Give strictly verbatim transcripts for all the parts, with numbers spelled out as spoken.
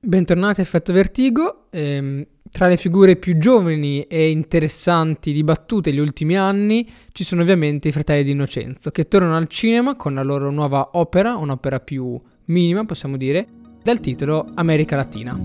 Bentornati a Effetto Vertigo. Ehm, tra le figure più giovani e interessanti dibattute negli ultimi anni ci sono ovviamente i Fratelli di Innocenzo, che tornano al cinema con la loro nuova opera, un'opera più minima possiamo dire, dal titolo America Latina.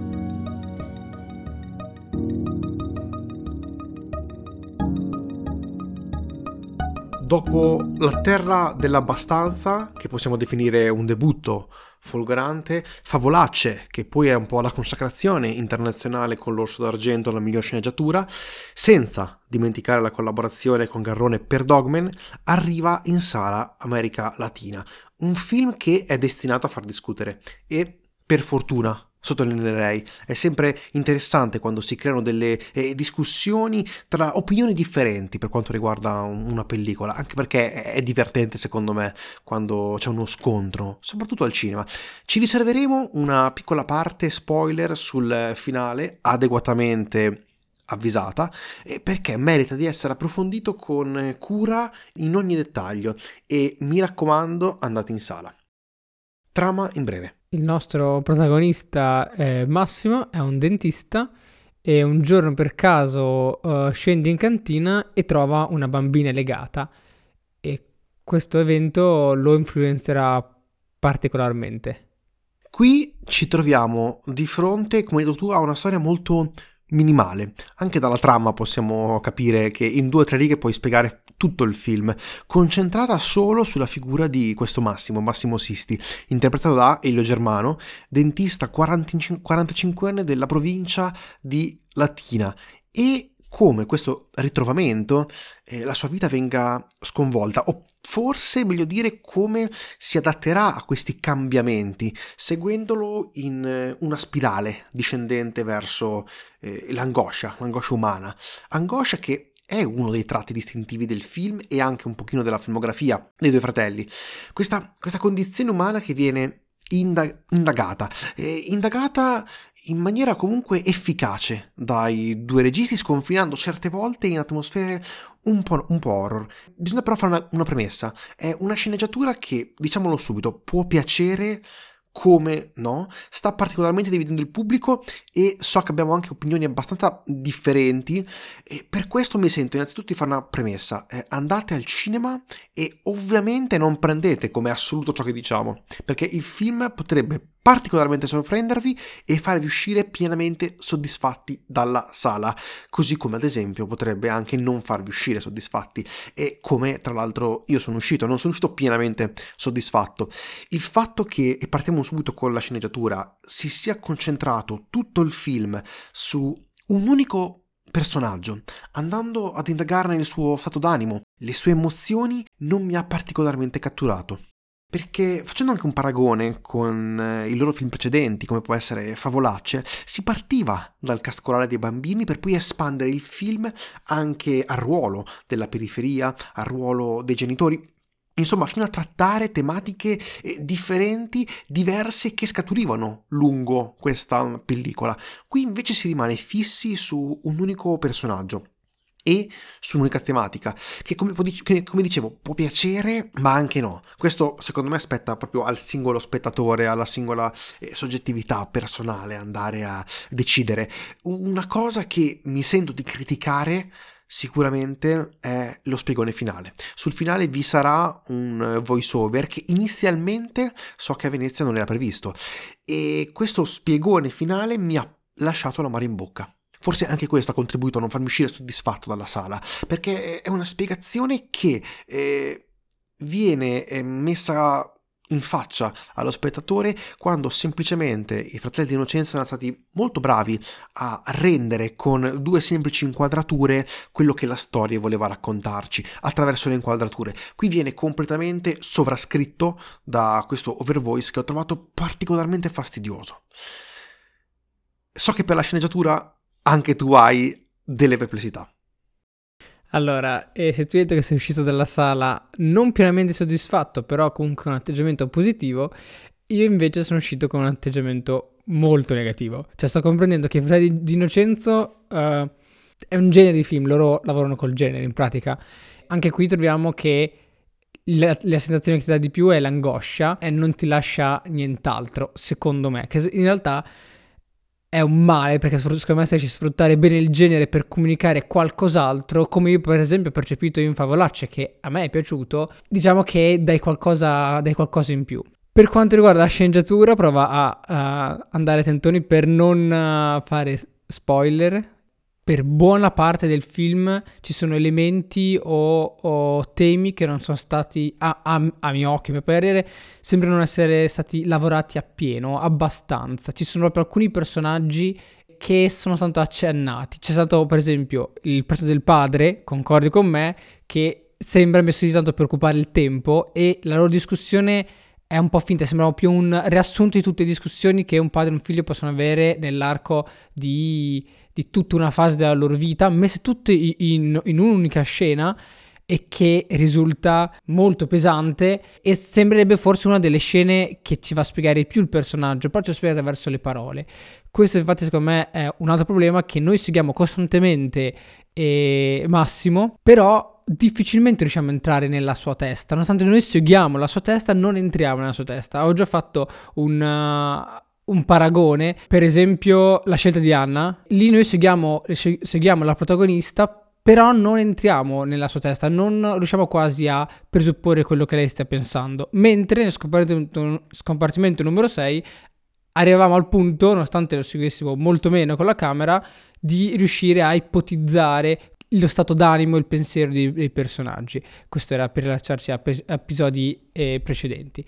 Dopo La Terra dell'Abbastanza, che possiamo definire un debutto folgorante, Favolacce, che poi è un po' la consacrazione internazionale con l'Orso d'Argento alla miglior sceneggiatura, senza dimenticare la collaborazione con Garrone per Dogman, arriva in sala America Latina, un film che è destinato a far discutere e, per fortuna, sottolineerei, è sempre interessante quando si creano delle eh, discussioni tra opinioni differenti per quanto riguarda un, una pellicola, anche perché è, è divertente secondo me quando c'è uno scontro, soprattutto al cinema. Ci riserveremo una piccola parte spoiler sul finale, adeguatamente avvisata, eh, perché merita di essere approfondito con cura in ogni dettaglio e mi raccomando andate in sala. Trama in breve. Il nostro protagonista è Massimo, è un dentista e un giorno per caso uh, scende in cantina e trova una bambina legata e questo evento lo influenzerà particolarmente. Qui ci troviamo di fronte, come hai detto tu, a una storia molto minimale. Anche dalla trama possiamo capire che in due o tre righe puoi spiegare tutto il film, concentrata solo sulla figura di questo Massimo, Massimo Sisti, interpretato da Elio Germano, dentista quarantacinquenne della provincia di Latina, e come questo ritrovamento eh, la sua vita venga sconvolta, o forse meglio dire come si adatterà a questi cambiamenti, seguendolo in eh, una spirale discendente verso eh, l'angoscia, l'angoscia umana, angoscia che è uno dei tratti distintivi del film e anche un pochino della filmografia dei due fratelli. Questa, questa condizione umana che viene indag- indagata, eh, indagata in maniera comunque efficace dai due registi, sconfinando certe volte in atmosfere un po', un po' horror. Bisogna però fare una, una premessa: è una sceneggiatura che, diciamolo subito, può piacere come no, sta particolarmente dividendo il pubblico e so che abbiamo anche opinioni abbastanza differenti, e per questo mi sento innanzitutto di fare una premessa: eh, andate al cinema e ovviamente non prendete come assoluto ciò che diciamo, perché il film potrebbe particolarmente sorprendervi e farvi uscire pienamente soddisfatti dalla sala, così come ad esempio potrebbe anche non farvi uscire soddisfatti, e come tra l'altro io sono uscito, non sono uscito pienamente soddisfatto. Il fatto che, e partiamo subito con la sceneggiatura, si sia concentrato tutto il film su un unico personaggio, andando ad indagarne il suo stato d'animo, le sue emozioni, non mi ha particolarmente catturato. Perché, facendo anche un paragone con eh, i loro film precedenti, come può essere Favolacce, si partiva dal cascolare dei bambini per poi espandere il film anche al ruolo della periferia, al ruolo dei genitori. Insomma, fino a trattare tematiche eh, differenti, diverse, che scaturivano lungo questa pellicola. Qui invece si rimane fissi su un unico personaggio e su un'unica tematica, che come, che come dicevo può piacere ma anche no. Questo secondo me spetta proprio al singolo spettatore, alla singola eh, soggettività personale andare a decidere. Una cosa che mi sento di criticare sicuramente è lo spiegone finale. Sul finale vi sarà un voice over che inizialmente so che a Venezia non era previsto, e questo spiegone finale mi ha lasciato l'amaro in bocca. Forse anche questo ha contribuito a non farmi uscire soddisfatto dalla sala, perché è una spiegazione che eh, viene eh, messa in faccia allo spettatore quando semplicemente i Fratelli di Innocenzo sono stati molto bravi a rendere con due semplici inquadrature quello che la storia voleva raccontarci attraverso le inquadrature. Qui viene completamente sovrascritto da questo overvoice che ho trovato particolarmente fastidioso. So che per la sceneggiatura anche tu hai delle perplessità. Allora, eh, se tu hai detto che sei uscito dalla sala non pienamente soddisfatto, però comunque un atteggiamento positivo, io invece sono uscito con un atteggiamento molto negativo. Cioè sto comprendendo che i Fratelli di Innocenzo uh, è un genere di film, loro lavorano col genere in pratica. Anche qui troviamo che la, la sensazione che ti dà di più è l'angoscia e non ti lascia nient'altro, secondo me, che in realtà è un male, perché secondo me se riesci a sfruttare bene il genere per comunicare qualcos'altro, come io per esempio ho percepito in Favolacce, che a me è piaciuto, diciamo che dai qualcosa, dai qualcosa in più. Per quanto riguarda la sceneggiatura, prova a, a andare tentoni per non uh, fare spoiler. Per buona parte del film ci sono elementi o, o temi che non sono stati, a, a, a mio occhio, a mio parere, sembrano non essere stati lavorati appieno, abbastanza. Ci sono proprio alcuni personaggi che sono stati accennati. C'è stato, per esempio, il personaggio del padre, concordi con me, che sembra messo lì tanto per occupare il tempo, e la loro discussione è un po' finta, sembra più un riassunto di tutte le discussioni che un padre e un figlio possono avere nell'arco di, di tutta una fase della loro vita, messe tutte in, in un'unica scena, e che risulta molto pesante e sembrerebbe forse una delle scene che ci va a spiegare di più il personaggio, però ci spiega attraverso le parole. Questo infatti secondo me è un altro problema, che noi seguiamo costantemente eh, Massimo, però difficilmente riusciamo a entrare nella sua testa. Nonostante noi seguiamo la sua testa, non entriamo nella sua testa. Ho già fatto un, uh, un paragone, per esempio la scelta di Anna. Lì noi seguiamo, seguiamo la protagonista, però non entriamo nella sua testa, non riusciamo quasi a presupporre quello che lei stia pensando. Mentre nel scompartimento, scompartimento numero sei arrivavamo al punto, nonostante lo seguissimo molto meno con la camera, di riuscire a ipotizzare lo stato d'animo e il pensiero dei, dei personaggi. Questo era per rilacciarci a pes- episodi eh, precedenti.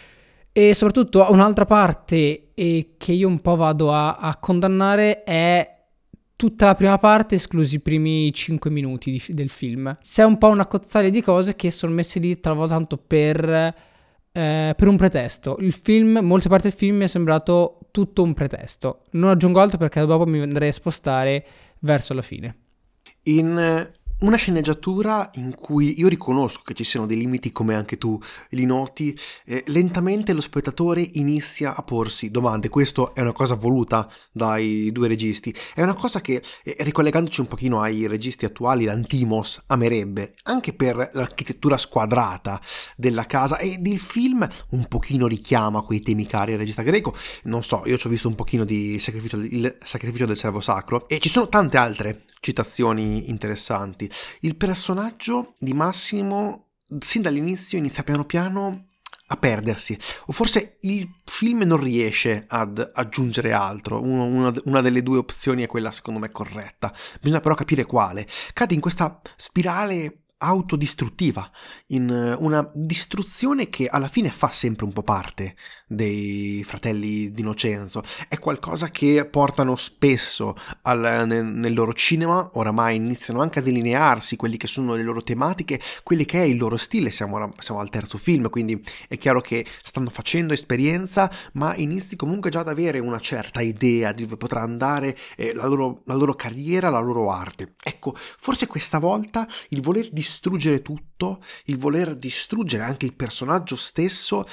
E soprattutto un'altra parte eh, che io un po' vado a, a condannare è tutta la prima parte, esclusi i primi cinque minuti di, del film. C'è un po' una cozzaglia di cose che sono messe lì talvolta tanto per, eh, per un pretesto. Il film, molte parti del film mi è sembrato tutto un pretesto. Non aggiungo altro perché dopo mi andrei a spostare verso la fine. In una sceneggiatura in cui io riconosco che ci siano dei limiti, come anche tu li noti, eh, lentamente lo spettatore inizia a porsi domande. Questo è una cosa voluta dai due registi, è una cosa che, eh, ricollegandoci un pochino ai registi attuali, Lanthimos amerebbe, anche per l'architettura squadrata della casa, ed il film un pochino richiama quei temi cari al regista greco. Non so, io ci ho visto un pochino di sacrificio, il sacrificio del servo sacro, e ci sono tante altre citazioni interessanti. Il personaggio di Massimo sin dall'inizio inizia piano piano a perdersi, o forse il film non riesce ad aggiungere altro. Uno, una, una delle due opzioni è quella secondo me corretta, bisogna però capire quale. Cade in questa spirale autodistruttiva, in una distruzione che alla fine fa sempre un po' parte dei fratelli D'Innocenzo. È qualcosa che portano spesso al, nel, nel loro cinema. Oramai iniziano anche a delinearsi quelli che sono le loro tematiche, quelli che è il loro stile. Siamo, siamo al terzo film, quindi è chiaro che stanno facendo esperienza, ma inizi comunque già ad avere una certa idea di dove potrà andare eh, la, loro, la loro carriera, la loro arte. Ecco, forse questa volta il voler distruggere tutto, il voler distruggere anche il personaggio stesso,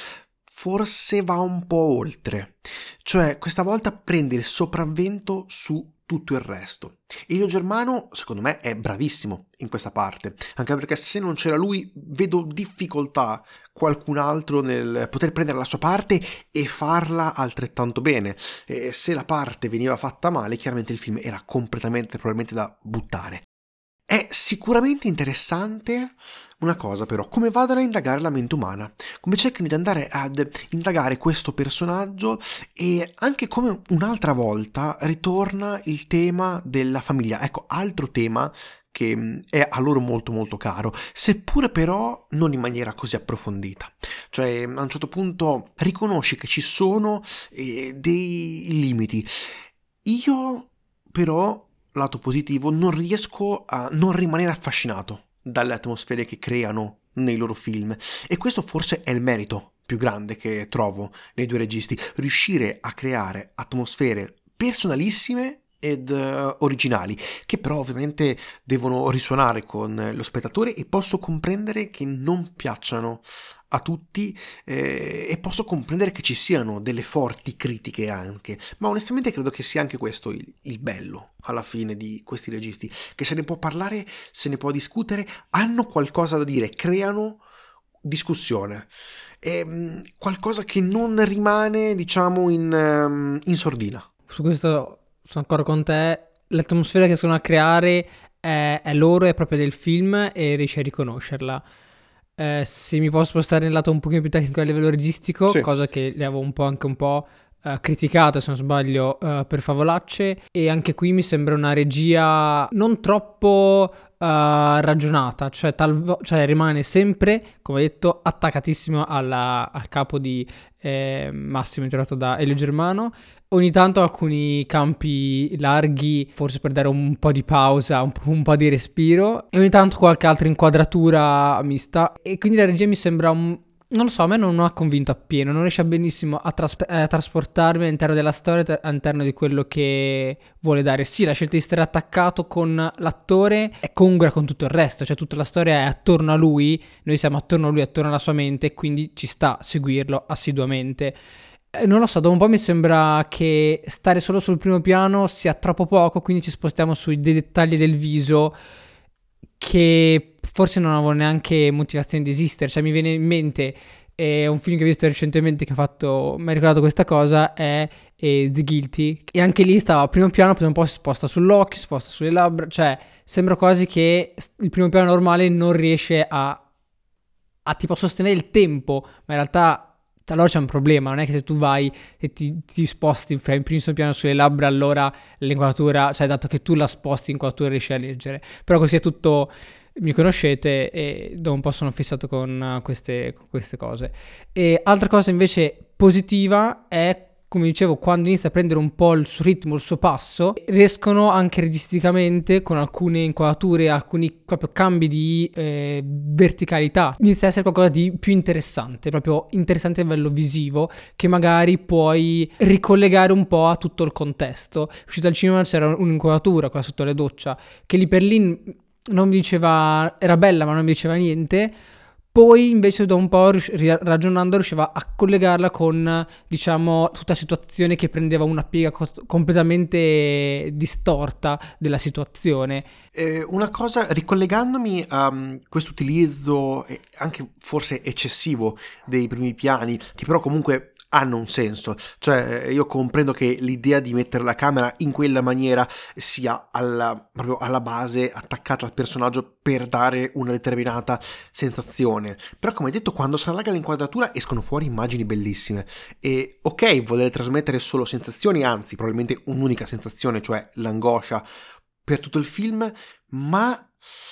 forse va un po' oltre. Cioè, questa volta prende il sopravvento su tutto il resto. Elio Germano, secondo me, è bravissimo in questa parte, anche perché se non c'era lui vedo difficoltà qualcun altro nel poter prendere la sua parte e farla altrettanto bene. E se la parte veniva fatta male, chiaramente il film era completamente, probabilmente, da buttare. È sicuramente interessante una cosa però, come vadano a indagare la mente umana, come cercano di andare ad indagare questo personaggio, e anche come un'altra volta ritorna il tema della famiglia. Ecco, altro tema che è a loro molto molto caro, seppure però non in maniera così approfondita. Cioè, a un certo punto riconosci che ci sono eh, dei limiti. Io però, lato positivo, non riesco a non rimanere affascinato dalle atmosfere che creano nei loro film, e questo forse è il merito più grande che trovo nei due registi: riuscire a creare atmosfere personalissime ed uh, originali, che però ovviamente devono risuonare con lo spettatore, e posso comprendere che non piacciono a tutti, eh, e posso comprendere che ci siano delle forti critiche anche, ma onestamente credo che sia anche questo il, il bello alla fine di questi registi, che se ne può parlare, se ne può discutere, hanno qualcosa da dire, creano discussione, è mh, qualcosa che non rimane, diciamo, in, um, in sordina. Su questo sono d'accordo con te. L'atmosfera che riescono a creare è, è loro, è proprio del film e riesci a riconoscerla. Eh, se mi posso spostare nel lato un pochino più tecnico a livello registico, Sì. cosa che le avevo un po' anche un po' eh, criticato, se non sbaglio, eh, per favolacce, e anche qui mi sembra una regia non troppo eh, ragionata, cioè, talvo- cioè rimane sempre, come detto, attaccatissimo alla- al capo di eh, Massimo, interpretato da Elio Germano. Ogni tanto alcuni campi larghi, forse per dare un po' di pausa, un po', un po' di respiro, e ogni tanto qualche altra inquadratura mista. E quindi la regia mi sembra un... non lo so, a me non ha convinto appieno, non riesce benissimo a, tras- a trasportarmi all'interno della storia, tra- all'interno di quello che vuole dare. Sì, la scelta di stare attaccato con l'attore è congrua con tutto il resto, cioè tutta la storia è attorno a lui, noi siamo attorno a lui, attorno alla sua mente, quindi ci sta a seguirlo assiduamente. Eh, Non lo so, dopo un po' mi sembra che stare solo sul primo piano sia troppo poco, quindi ci spostiamo sui dei dettagli del viso che forse non avevo neanche motivazione di esistere. Cioè mi viene in mente eh, un film che ho visto recentemente che ha fatto, mi ha ricordato questa cosa, è eh, The Guilty, e anche lì stava a primo piano, poi un po' si sposta sull'occhio, si sposta sulle labbra, cioè sembra quasi che il primo piano normale non riesce a, a tipo sostenere il tempo, ma in realtà allora c'è un problema, non è che se tu vai e ti, ti sposti fra in primo piano sulle labbra, allora l'inquadratura, cioè dato che tu la sposti, l'inquadratura riesci a leggere. Però così è tutto, mi conoscete e da un po' sono fissato con uh, queste, con queste cose. E altra cosa invece positiva è, come dicevo, quando inizia a prendere un po' il suo ritmo, il suo passo, riescono anche registicamente, con alcune inquadrature, alcuni proprio cambi di eh, verticalità, inizia a essere qualcosa di più interessante, proprio interessante a livello visivo, che magari puoi ricollegare un po' a tutto il contesto. Uscito dal cinema c'era un'inquadratura, quella sotto le doccia, che lì per lì non mi diceva, era bella ma non mi diceva niente. Poi invece da un po' rius- ri- ragionando riusciva a collegarla con, diciamo, tutta la situazione che prendeva una piega co- completamente distorta della situazione. Eh, una cosa, ricollegandomi a um, questo utilizzo eh, anche forse eccessivo dei primi piani, che però comunque hanno un senso, cioè eh, io comprendo che l'idea di mettere la camera in quella maniera sia alla, proprio alla base attaccata al personaggio per dare una determinata sensazione, però come detto quando si allarga l'inquadratura escono fuori immagini bellissime e ok voler trasmettere solo sensazioni, anzi probabilmente un'unica sensazione, cioè l'angoscia per tutto il film, ma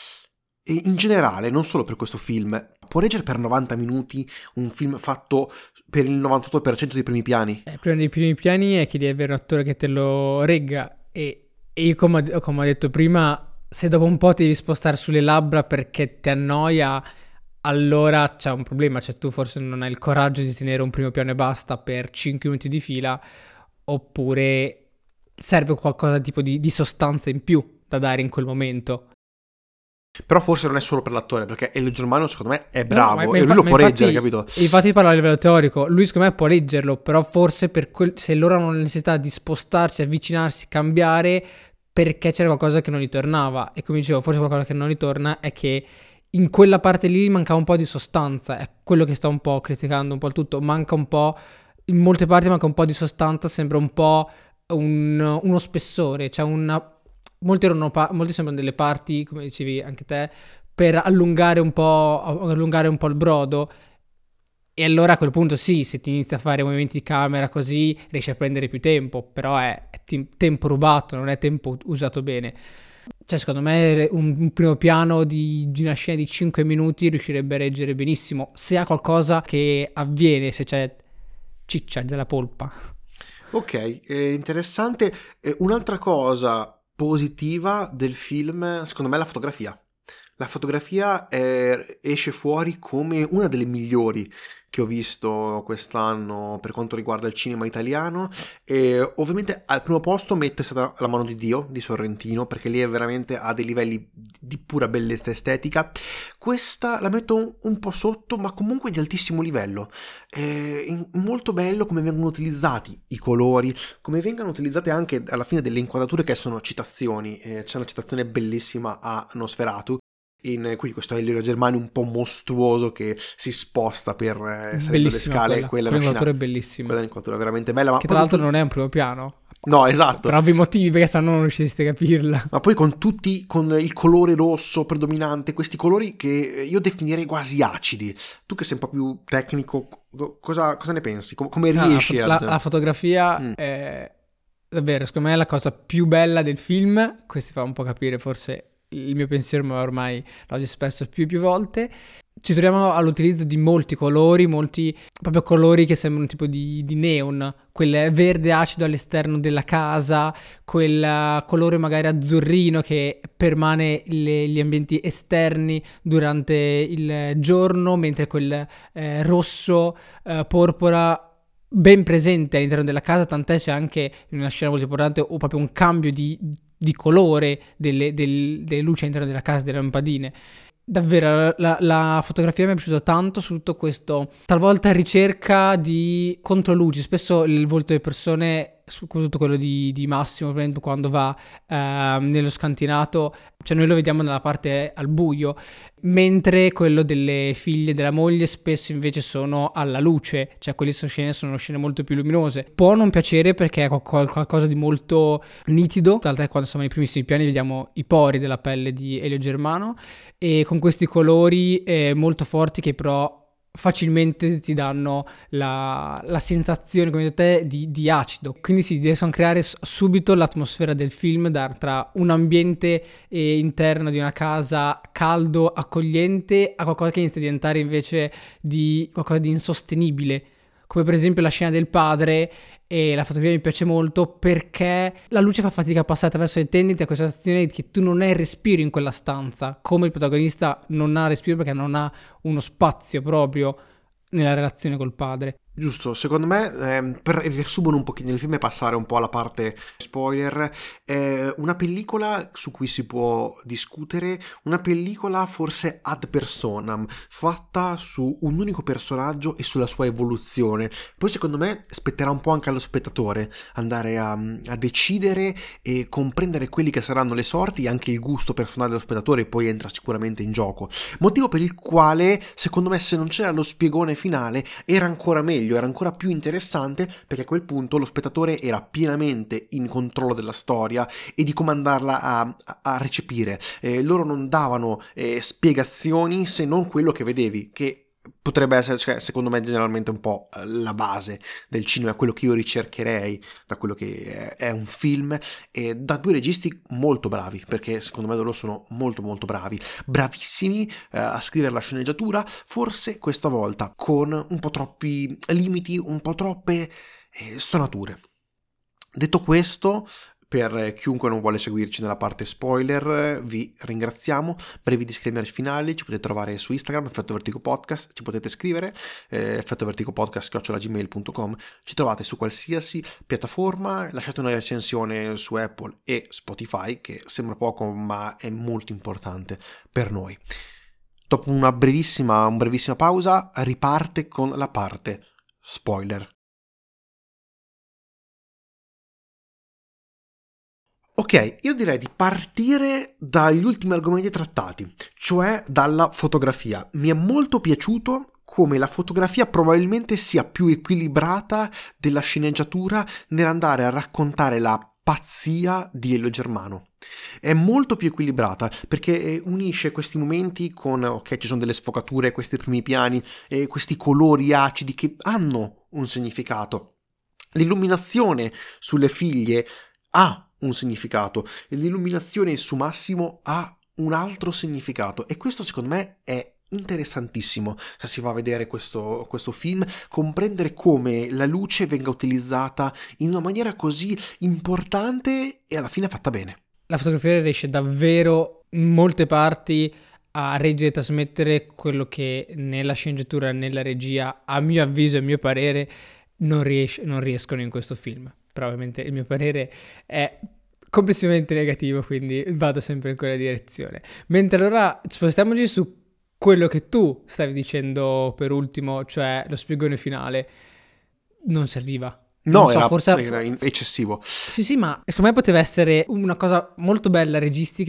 in generale, non solo per questo film, può reggere per novanta minuti un film fatto per il novantotto per cento dei primi piani? Eh, Il problema dei primi piani è che devi avere un attore che te lo regga e, e io come, ho- come ho detto prima, se dopo un po' ti devi spostare sulle labbra perché ti annoia, allora c'è un problema, cioè tu forse non hai il coraggio di tenere un primo piano e basta per cinque minuti di fila, oppure serve qualcosa tipo di, di sostanza in più da dare in quel momento. Però forse non è solo per l'attore, perché Elio Germano secondo me è No, no, ma, bravo ma e lui infa- lo ma può infatti, reggere, capito? infatti parlo a livello teorico, lui secondo me può leggerlo, però forse per quel, se loro hanno la necessità di spostarsi, avvicinarsi, cambiare, perché c'era qualcosa che non gli tornava. E come dicevo, forse qualcosa che non gli torna è che in quella parte lì mancava un po' di sostanza, è quello che sta un po' criticando un po' il tutto, manca un po', in molte parti manca un po' di sostanza, sembra un po' un- uno spessore, cioè una... Molti, erano pa- molti sembrano delle parti, come dicevi anche te, per allungare un po', allungare un po' il brodo. E allora a quel punto sì, se ti inizi a fare movimenti di camera così riesci a prendere più tempo, però è, è ti- tempo rubato, non è tempo usato bene. Cioè secondo me un, un primo piano di, di una scena di cinque minuti riuscirebbe a reggere benissimo se ha qualcosa che avviene, se c'è ciccia della polpa. Ok, eh, interessante. Eh, un'altra cosa positiva del film, secondo me, è la fotografia. La fotografia eh, esce fuori come una delle migliori che ho visto quest'anno per quanto riguarda il cinema italiano e ovviamente al primo posto mette stata La mano di Dio di Sorrentino perché lì è veramente a dei livelli di pura bellezza estetica. Questa la metto un, un po' sotto ma comunque di altissimo livello. È molto bello come vengono utilizzati i colori, come vengono utilizzate anche alla fine delle inquadrature che sono citazioni. Eh, c'è una citazione bellissima a Nosferatu In qui questo Elio Germani un po' mostruoso che si sposta per eh, salendo le Bellissima scale, quella, quella è quella una inquadratura è scena, bellissima. quella è un'inquadratura veramente bella, ma Che tra proprio l'altro tu- non è un primo piano. no, esatto. Per ovvi motivi, perché sennò non riuscireste a capirla. Ma poi con tutti, con il colore rosso predominante, questi colori che io definirei quasi acidi. Tu che sei un po' più tecnico, cosa, cosa ne pensi? Com- come Ah, la, riesci fo- ad... la- la fotografia Mm. è davvero, secondo me, è la cosa più bella del film. Questo fa un po' capire forse il mio pensiero, ma ormai l'ho già espresso più e più volte. Ci troviamo all'utilizzo di molti colori, molti proprio colori che sembrano tipo di, di neon, quel verde acido all'esterno della casa, quel colore magari azzurrino che permane le- gli ambienti esterni durante il giorno, mentre quel eh, rosso, eh, porpora ben presente all'interno della casa, tant'è c'è anche in una scena molto importante o proprio un cambio di, di colore delle, del- delle luci all'interno della casa, delle lampadine. Davvero, la, la fotografia mi è piaciuta tanto su tutto questo, talvolta ricerca di controluci, spesso il volto delle persone, soprattutto quello di, di Massimo, per esempio, quando va ehm, nello scantinato, cioè noi lo vediamo nella parte al buio, mentre quello delle figlie della moglie spesso invece sono alla luce, cioè quelle sono scene sono scene molto più luminose. Può non piacere perché è qual- qualcosa di molto nitido, tra l'altro quando siamo nei primissimi piani vediamo i pori della pelle di Elio Germano, e con questi colori eh, molto forti che però facilmente ti danno la, la sensazione, come hai detto te, di, di acido. Quindi si riescono a creare s- subito l'atmosfera del film, dar tra un ambiente eh, interno di una casa caldo, accogliente, a qualcosa che inizia a diventare invece di qualcosa di insostenibile. Come per esempio la scena del padre, e la fotografia mi piace molto perché la luce fa fatica a passare attraverso le tende, a questa sensazione che tu non hai respiro in quella stanza, come il protagonista non ha respiro perché non ha uno spazio proprio nella relazione col padre. Giusto, secondo me, ehm, per riassumere un pochino il film e passare un po' alla parte spoiler, è una pellicola su cui si può discutere, una pellicola forse ad personam, fatta su un unico personaggio e sulla sua evoluzione. Poi secondo me spetterà un po' anche allo spettatore andare a, a decidere e comprendere quelli che saranno le sorti e anche il gusto personale dello spettatore poi entra sicuramente in gioco. Motivo per il quale, secondo me, se non c'era lo spiegone finale, era ancora meglio, era ancora più interessante, perché a quel punto lo spettatore era pienamente in controllo della storia e di come andarla a, a, a recepire. Eh, loro non davano eh, spiegazioni se non quello che vedevi, che potrebbe essere, cioè, secondo me, generalmente un po' la base del cinema, quello che io ricercherei da quello che è un film, e da due registi molto bravi, perché secondo me loro sono molto molto bravi, bravissimi eh, a scrivere la sceneggiatura, forse questa volta con un po' troppi limiti, un po' troppe eh, stonature. Detto questo, per chiunque non vuole seguirci nella parte spoiler, vi ringraziamo. Brevi disclaimer finali, ci potete trovare su Instagram, Effetto Vertigo Podcast, ci potete scrivere, eh, effettovertigopodcast chiocciola gmail punto com, ci trovate su qualsiasi piattaforma, lasciate una recensione su Apple e Spotify, che sembra poco ma è molto importante per noi. Dopo una brevissima, una brevissima pausa, riparte con la parte spoiler. Ok, io direi di partire dagli ultimi argomenti trattati, cioè dalla fotografia. Mi è molto piaciuto come la fotografia probabilmente sia più equilibrata della sceneggiatura nell'andare a raccontare la pazzia di Elio Germano. È molto più equilibrata perché unisce questi momenti con, ok, ci sono delle sfocature, questi primi piani, e questi colori acidi che hanno un significato. L'illuminazione sulle figlie ha un significato, e l'illuminazione su Massimo ha un altro significato, e questo secondo me è interessantissimo se si va a vedere questo, questo film, comprendere come la luce venga utilizzata in una maniera così importante e alla fine fatta bene. La fotografia riesce davvero in molte parti a reggere e trasmettere quello che nella sceneggiatura, nella regia, a mio avviso e a mio parere, non, riesce, non riescono in questo film. Probabilmente il mio parere è complessivamente negativo, quindi vado sempre in quella direzione. Mentre allora spostiamoci su quello che tu stavi dicendo per ultimo, cioè lo spiegone finale. Non serviva. No, Non so, era, forse era eccessivo. sì, sì, ma secondo me poteva essere una cosa molto bella registica,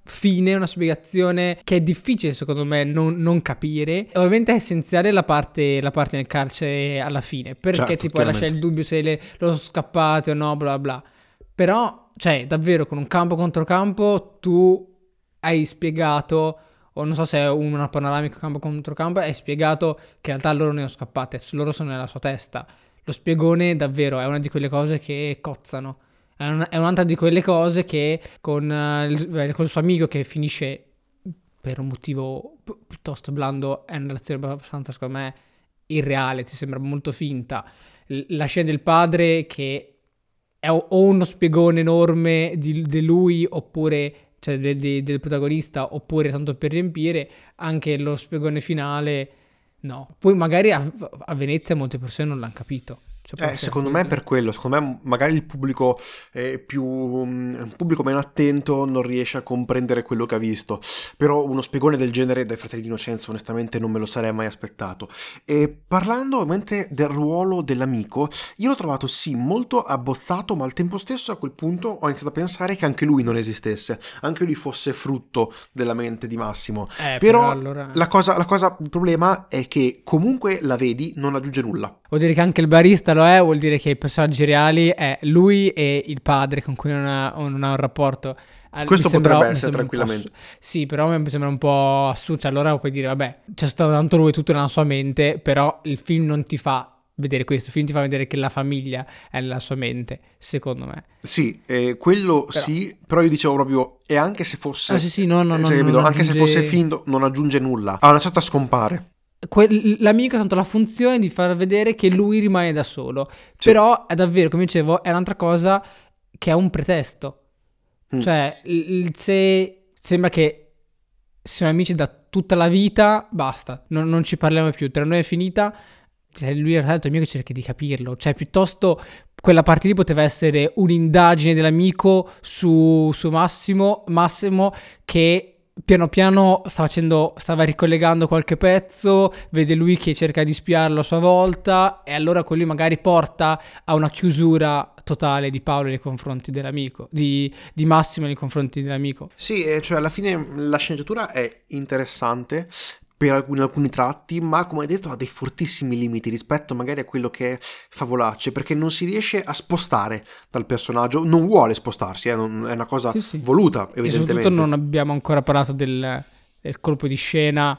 fine, una spiegazione che è difficile secondo me non, non capire. E ovviamente è essenziale la parte, la parte nel carcere alla fine, perché Certo, ti puoi lasciare il dubbio se le, lo sono scappate o no, bla bla. Però, cioè, davvero con un campo contro campo tu hai spiegato, o non so se è una panoramica campo contro campo, hai spiegato che in realtà loro ne sono scappate, loro sono nella sua testa. Lo spiegone davvero è una di quelle cose che cozzano. È, un, è un'altra di quelle cose che con, uh, il, con il suo amico che finisce per un motivo pi- piuttosto blando, è una relazione abbastanza, secondo me, irreale, ti sembra molto finta. L- la scena del padre che è o o uno spiegone enorme di, di lui, oppure cioè de- de- del protagonista, oppure tanto per riempire, anche lo spiegone finale, no. Poi magari a, a Venezia molte persone non l'hanno capito. Cioè, può Eh, essere secondo me è quello. per quello, secondo me magari il pubblico eh, più un pubblico meno attento non riesce a comprendere quello che ha visto, però uno spiegone del genere dai Fratelli d'Innocenza onestamente non me lo sarei mai aspettato. E parlando ovviamente del ruolo dell'amico, io l'ho trovato sì molto abbozzato, ma al tempo stesso a quel punto ho iniziato a pensare che anche lui non esistesse, anche lui fosse frutto della mente di Massimo, Eh, però però allora la cosa, la cosa, il problema è che comunque la vedi non aggiunge nulla. vuol dire che anche il barista lo è, vuol dire che i personaggi reali è lui e il padre con cui non ha, non ha un rapporto. Ah, mi Questo sembra, potrebbe mi essere sembra un po' assu- tranquillamente. sì, però mi sembra un po' assurdo. Cioè, allora puoi dire, vabbè, c'è stato tanto lui tutto nella sua mente, però il film non ti fa vedere questo, il film ti fa vedere che la famiglia è nella sua mente, secondo me. Sì, eh, quello Però, sì, però io dicevo proprio, e anche se ah sì fosse, sì, no, no, eh, no, se non capito, anche se fosse aggiunge... finto, non aggiunge nulla. A una certa scompare. Que- l'amico ha tanto la funzione di far vedere che lui rimane da solo, Sì. però è davvero, come dicevo, è un'altra cosa che è un pretesto. Mm. Cioè, il- se sembra che siamo amici da tutta la vita, basta, non, non ci parliamo più. Tra noi è finita. Cioè, lui era il tuo amico, cerchi di capirlo. Cioè, piuttosto quella parte lì poteva essere un'indagine dell'amico su, su Massimo, Massimo che piano piano stava facendo, stava ricollegando qualche pezzo, vede lui che cerca di spiarlo a sua volta, e allora quello magari porta a una chiusura totale di Paolo nei confronti dell'amico, di, di Massimo nei confronti dell'amico. Sì, eh, cioè alla fine la sceneggiatura è interessante per alcuni, alcuni tratti, ma come hai detto ha dei fortissimi limiti rispetto magari a quello che è Favolacce, perché non si riesce a spostare dal personaggio, non vuole spostarsi, eh, non- è una cosa Sì, sì. voluta E soprattutto non evidentemente. abbiamo ancora parlato del, del colpo di scena.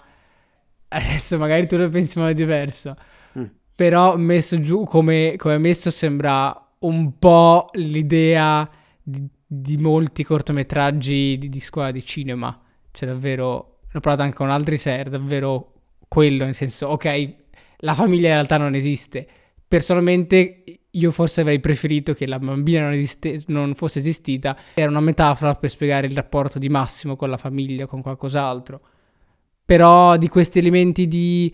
Adesso magari tu lo pensi in modo diverso, Mm. però messo giù come, come è messo sembra un po' l'idea di, di molti cortometraggi di, di scuola di cinema. Cioè davvero, l'ho parlato anche con altri serie, davvero quello, nel senso, ok, la famiglia in realtà non esiste. Personalmente io forse avrei preferito che la bambina non, esiste, non fosse esistita, era una metafora per spiegare il rapporto di Massimo con la famiglia, con qualcos'altro. Però di questi elementi di,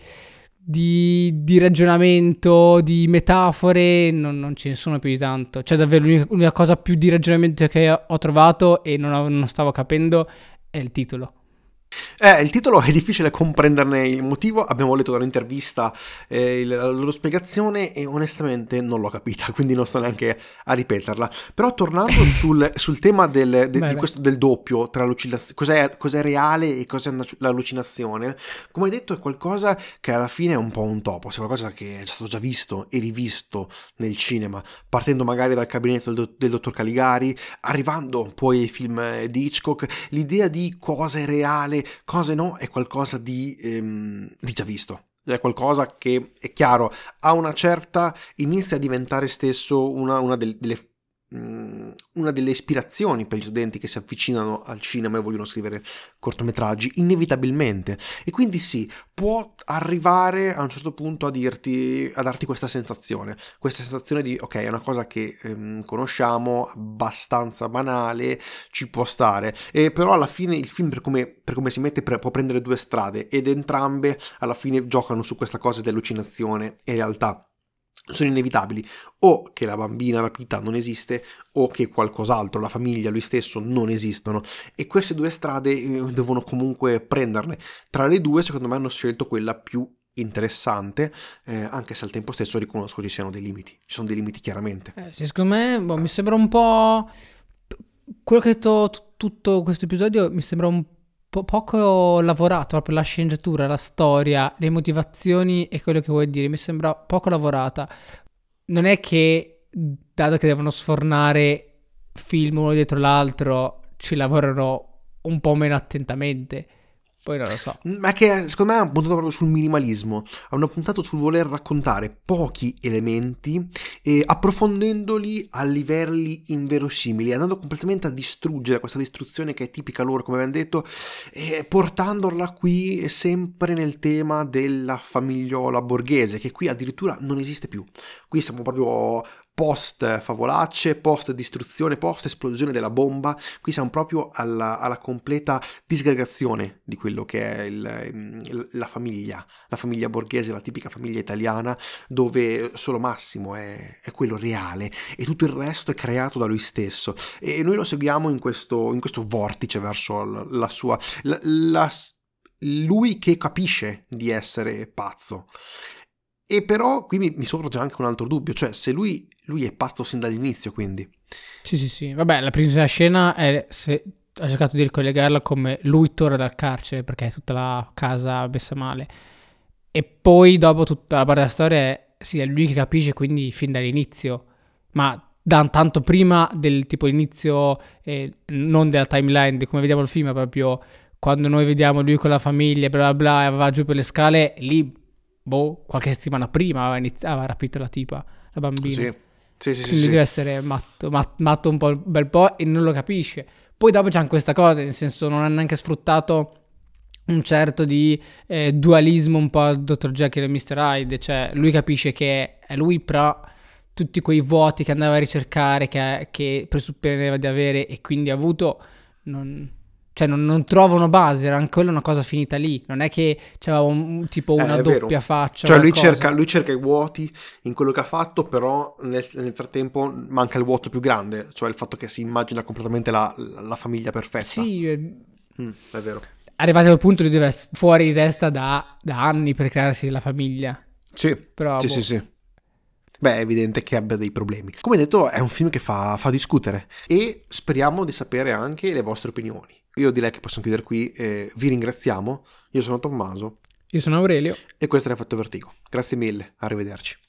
di, di ragionamento, di metafore, non, non ce ne sono più di tanto. Cioè davvero l'unica, l'unica cosa più di ragionamento che ho trovato e non, ho- non stavo capendo è il titolo. Eh, il titolo è difficile comprenderne il motivo, abbiamo letto dall'intervista eh, il- la loro spiegazione e onestamente non l'ho capita, quindi non sto neanche a ripeterla. Però tornando sul, sul tema del, de- Beh, di beh. questo, del doppio, tra l'allucinaz- cos'è, cos'è reale e cos'è una- l'allucinazione, come hai detto è qualcosa che alla fine è un po' un topo, è qualcosa che è stato già visto e rivisto nel cinema, partendo magari dal gabinetto del, do- del dottor Caligari, arrivando poi ai film eh, di Hitchcock, l'idea di cosa è reale, cosa no, è qualcosa di, ehm, di già visto. È qualcosa che, è chiaro, a una certa inizia a diventare stesso una, una del- delle, mm, una delle ispirazioni per gli studenti che si avvicinano al cinema e vogliono scrivere cortometraggi, inevitabilmente. E quindi sì, può arrivare a un certo punto a dirti, a darti questa sensazione, questa sensazione di ok, è una cosa che ehm, conosciamo, abbastanza banale, ci può stare, e però alla fine il film per come, per come si mette pre- può prendere due strade ed entrambe alla fine giocano su questa cosa di allucinazione e realtà. Sono inevitabili, o che la bambina rapita non esiste o che qualcos'altro, la famiglia, lui stesso non esistono, e queste due strade eh, devono comunque prenderne. Tra le due secondo me hanno scelto quella più interessante, eh, anche se al tempo stesso riconosco ci siano dei limiti, ci sono dei limiti chiaramente. Eh, sì, secondo me boh, mi sembra un po' quello che hai detto tu tutto questo episodio mi sembra un po' poco lavorato, proprio la sceneggiatura, la storia, le motivazioni e quello che vuoi dire, mi sembra poco lavorata. Non è che, dato che devono sfornare film uno dietro l'altro, ci lavorano un po' meno attentamente. Poi non lo so. Ma che secondo me hanno puntato proprio sul minimalismo, hanno puntato sul voler raccontare pochi elementi e approfondendoli a livelli inverosimili, andando completamente a distruggere questa distruzione che è tipica loro, come abbiamo detto, e portandola qui sempre nel tema della famigliola borghese, che qui addirittura non esiste più. Qui siamo proprio post favolacce, post distruzione, post esplosione della bomba. Qui siamo proprio alla, alla completa disgregazione di quello che è il, la famiglia, la famiglia borghese, la tipica famiglia italiana, dove solo Massimo è, è quello reale e tutto il resto è creato da lui stesso, e noi lo seguiamo in questo, in questo vortice verso la, la sua la, la, lui che capisce di essere pazzo. E però qui mi, mi sorge anche un altro dubbio, cioè se lui, lui è pazzo sin dall'inizio, quindi. Sì, sì, sì. Vabbè, la prima scena è se ha cercato di ricollegarla come lui torna dal carcere perché è tutta la casa messa male. E poi dopo tutta la parte della storia è, sì, è lui che capisce, quindi fin dall'inizio. Ma da tanto prima del tipo inizio, eh, non della timeline di come vediamo il film, ma proprio quando noi vediamo lui con la famiglia, bla bla bla, e va giù per le scale, lì... boh, qualche settimana prima aveva, inizi- aveva rapito la tipa, la bambina. Sì, sì, sì, Quindi sì, deve sì. essere matto, mat- matto un po' un bel po' e non lo capisce. Poi dopo c'è anche questa cosa, nel senso non ha neanche sfruttato un certo di eh, dualismo un po' dottor Jekyll e mister Hyde, cioè lui capisce che è lui, però tutti quei vuoti che andava a ricercare, che, che presupponeva di avere e quindi ha avuto, non... Cioè non, non trovano base, era anche quella una cosa finita lì. Non è che c'aveva un, tipo una Eh, è doppia vero. faccia. Cioè lui qualcosa. cerca, lui cerca i vuoti in quello che ha fatto, però nel, nel frattempo manca il vuoto più grande, cioè il fatto che si immagina completamente la, la famiglia perfetta. Sì, eh, Mm, è vero. arrivati a quel punto lui deve essere fuori di testa da, da anni per crearsi la famiglia. Sì, Però, sì, boh. sì, sì. Beh, è evidente che abbia dei problemi. Come detto, è un film che fa, fa discutere e speriamo di sapere anche le vostre opinioni. Io direi che possiamo chiudere qui, eh, vi ringraziamo. Io sono Tommaso. Io sono Aurelio. E questo era Effetto Vertigo. Grazie mille, arrivederci.